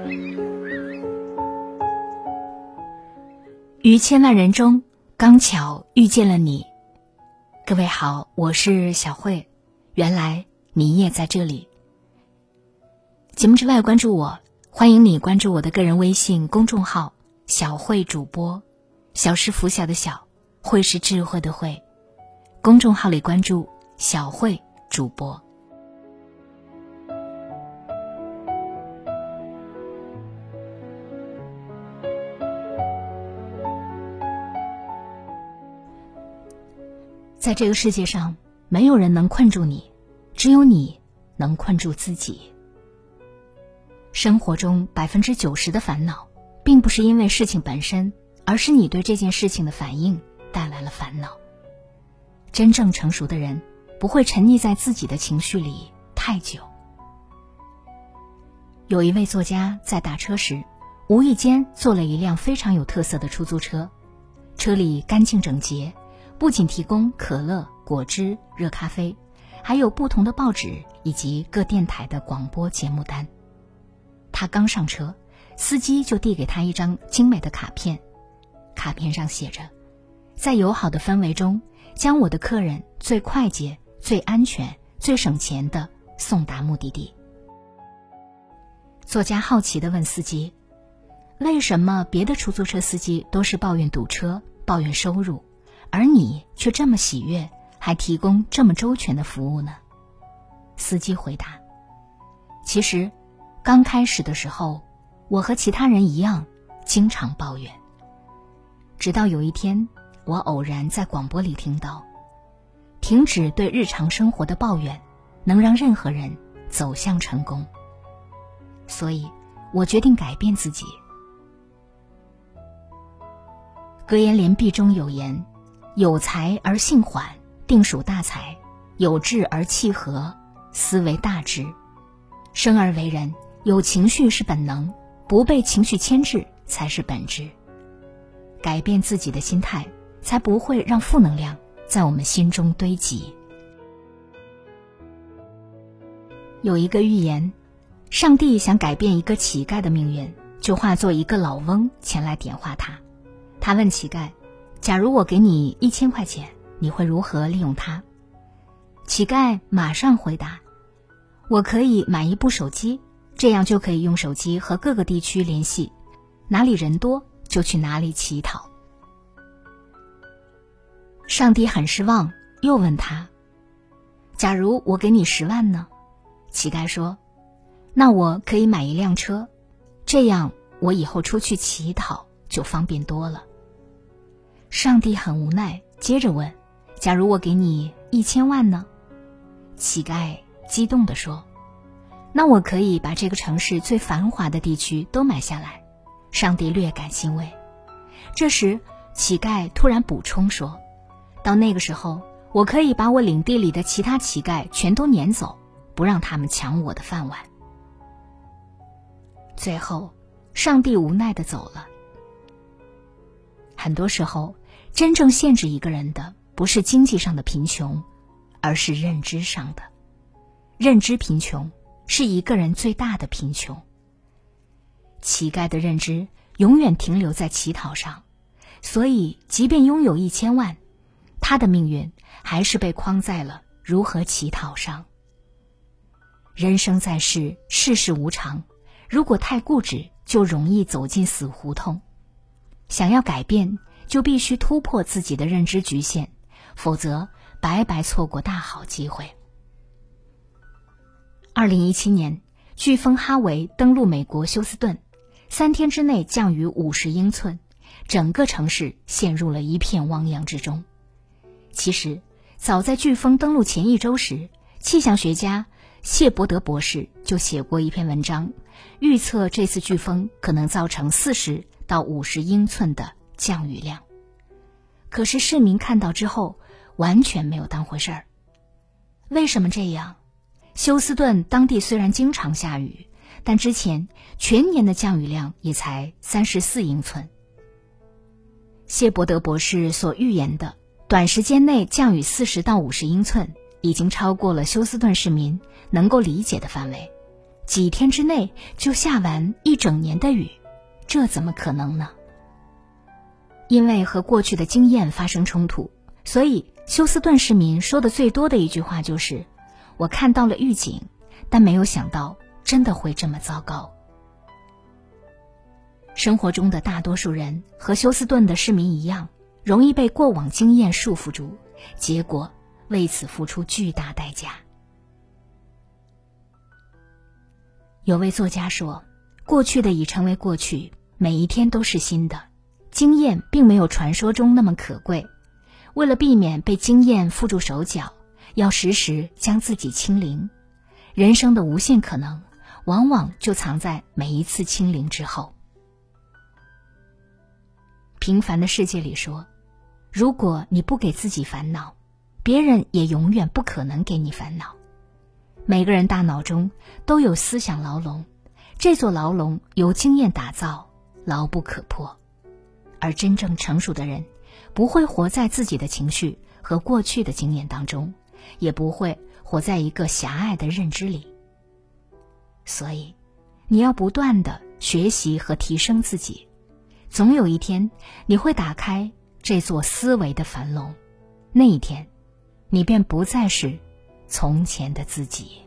于千万人中，刚巧遇见了你。各位好，我是小慧，原来你也在这里。节目之外关注我，欢迎你关注我的个人微信公众号小慧主播，小是拂晓的小，慧是智慧的慧。公众号里关注小慧主播。在这个世界上，没有人能困住你，只有你能困住自己。生活中90%的烦恼，并不是因为事情本身，而是你对这件事情的反应带来了烦恼。真正成熟的人，不会沉溺在自己的情绪里太久。有一位作家在打车时，无意间坐了一辆非常有特色的出租车，车里干净整洁，不仅提供可乐、果汁、热咖啡，还有不同的报纸以及各电台的广播节目单。他刚上车，司机就递给他一张精美的卡片，卡片上写着：在友好的氛围中，将我的客人最快捷、最安全、最省钱地送达目的地。作家好奇地问司机：为什么别的出租车司机都是抱怨堵车、抱怨收入，而你却这么喜悦，还提供这么周全的服务呢？司机回答：其实刚开始的时候，我和其他人一样经常抱怨，直到有一天，我偶然在广播里听到，停止对日常生活的抱怨，能让任何人走向成功。所以我决定改变自己。格言联璧中有言：有才而性缓，定属大才；有志而气和，思为大志。生而为人，有情绪是本能，不被情绪牵制才是本质。改变自己的心态，才不会让负能量在我们心中堆积。有一个寓言，上帝想改变一个乞丐的命运，就化作一个老翁前来点化他。他问乞丐：假如我给你1000块钱，你会如何利用它？乞丐马上回答：我可以买一部手机，这样就可以用手机和各个地区联系，哪里人多就去哪里乞讨。上帝很失望，又问他：假如我给你10万呢？乞丐说：那我可以买一辆车，这样我以后出去乞讨就方便多了。上帝很无奈，接着问：假如我给你1000万呢？乞丐激动地说：那我可以把这个城市最繁华的地区都买下来。上帝略感欣慰。这时乞丐突然补充说：到那个时候，我可以把我领地里的其他乞丐全都撵走，不让他们抢我的饭碗。最后上帝无奈地走了。很多时候，真正限制一个人的不是经济上的贫穷，而是认知上的。认知贫穷是一个人最大的贫穷。乞丐的认知永远停留在乞讨上，所以即便拥有1000万，他的命运还是被框在了如何乞讨上。人生在世，世事无常，如果太固执，就容易走进死胡同。想要改变，就必须突破自己的认知局限，否则白白错过大好机会。2017年，飓风哈维登陆美国休斯顿，3天之内降雨50英寸，整个城市陷入了一片汪洋之中。其实，早在飓风登陆前1周时，气象学家谢伯德博士就写过一篇文章，预测这次飓风可能造成40到50英寸的降雨量。可是市民看到之后，完全没有当回事儿。为什么这样？休斯顿当地虽然经常下雨，但之前全年的降雨量也才34英寸。谢伯德博士所预言的短时间内降雨40到50英寸，已经超过了休斯顿市民能够理解的范围， 几天之内就下完一整年的雨，这怎么可能呢？因为和过去的经验发生冲突，所以休斯顿市民说的最多的一句话就是我看到了预警，但没有想到真的会这么糟糕。生活中的大多数人和休斯顿的市民一样，容易被过往经验束缚住，结果为此付出巨大代价。有位作家说，过去的已成为过去，每一天都是新的，经验并没有传说中那么可贵。为了避免被经验缚住手脚，要时时将自己清零。人生的无限可能，往往就藏在每一次清零之后。平凡的世界里说，如果你不给自己烦恼，别人也永远不可能给你烦恼。每个人大脑中都有思想牢笼，这座牢笼由经验打造，牢不可破。而真正成熟的人，不会活在自己的情绪和过去的经验当中，也不会活在一个狭隘的认知里。所以，你要不断地学习和提升自己，总有一天你会打开这座思维的樊笼，那一天，你便不再是从前的自己。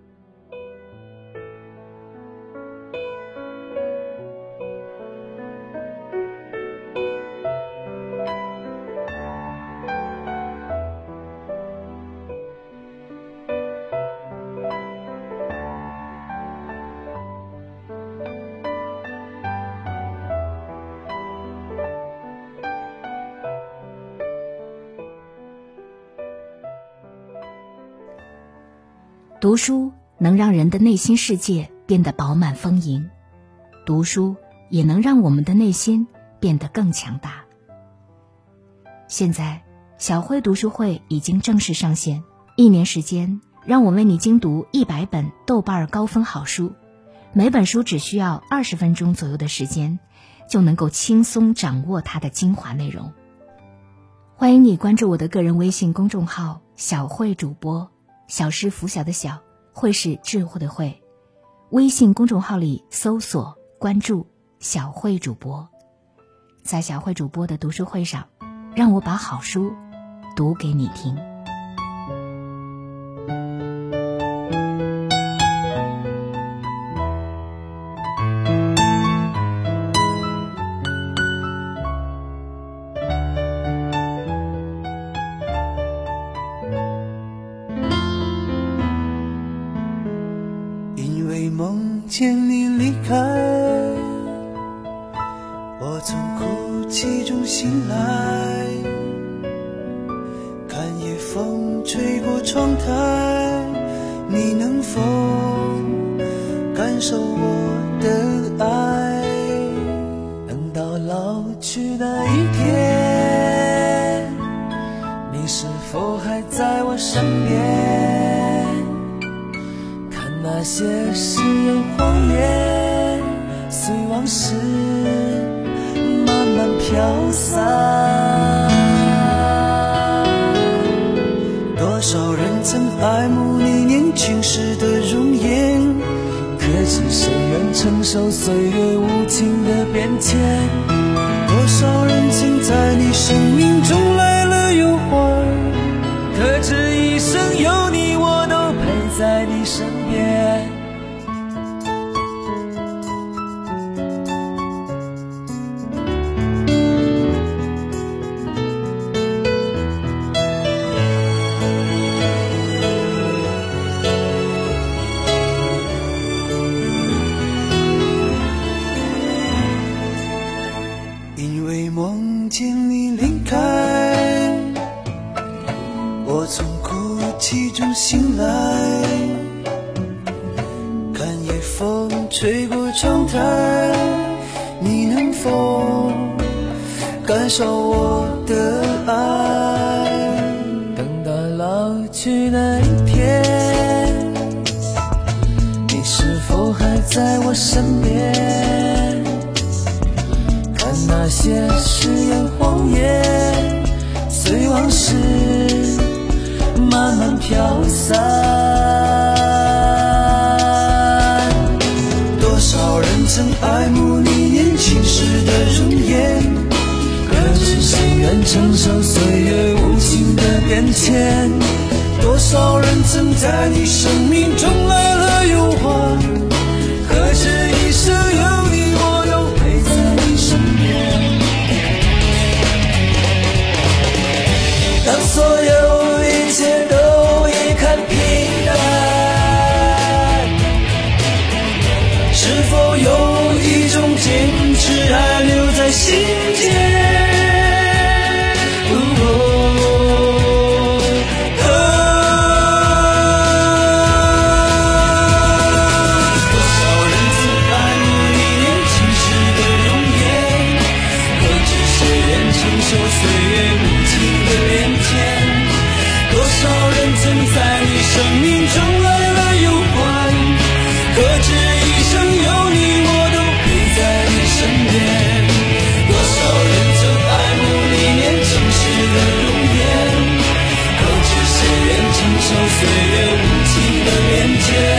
读书能让人的内心世界变得饱满丰盈，读书也能让我们的内心变得更强大。现在小慧读书会已经正式上线，1年时间，让我为你精读100本豆瓣高分好书，每本书只需要20分钟左右的时间，就能够轻松掌握它的精华内容。欢迎你关注我的个人微信公众号小慧主播，小是拂晓的小，慧是智慧的慧。微信公众号里搜索关注小慧主播，在小慧主播的读书会上，让我把好书读给你听。 梦见你离开，我从哭泣中醒来，看夜风吹过窗台，你能否感受我的爱？等到老去那一天，你是否还在我身边？那些誓言谎言，随往事慢慢飘散。多少人曾爱慕你年轻时的容颜，可知谁愿承受岁月无情的变迁？多少人曾在你生命中来了又还，可知一生有你我都陪在你身边。因为梦见你离开，我从哭泣中醒来，看夜风吹过窗台，你能否感受我的爱？等到老去那一天，你是否还在我身边？看那些誓言谎言，随往事慢慢飘散。 曾爱慕你年轻时的容颜，可知谁愿承受岁月无情的变迁？多少人曾在你生命中来了又还，可知一生有你，我都陪在你身边。当所有一切都已看平淡，是否有一种坚持还留在心间？生命中来了又还，可知一生有你，我都陪在你身边。多少人曾爱慕你年轻时的容颜，可知谁愿承受岁月无情的变迁？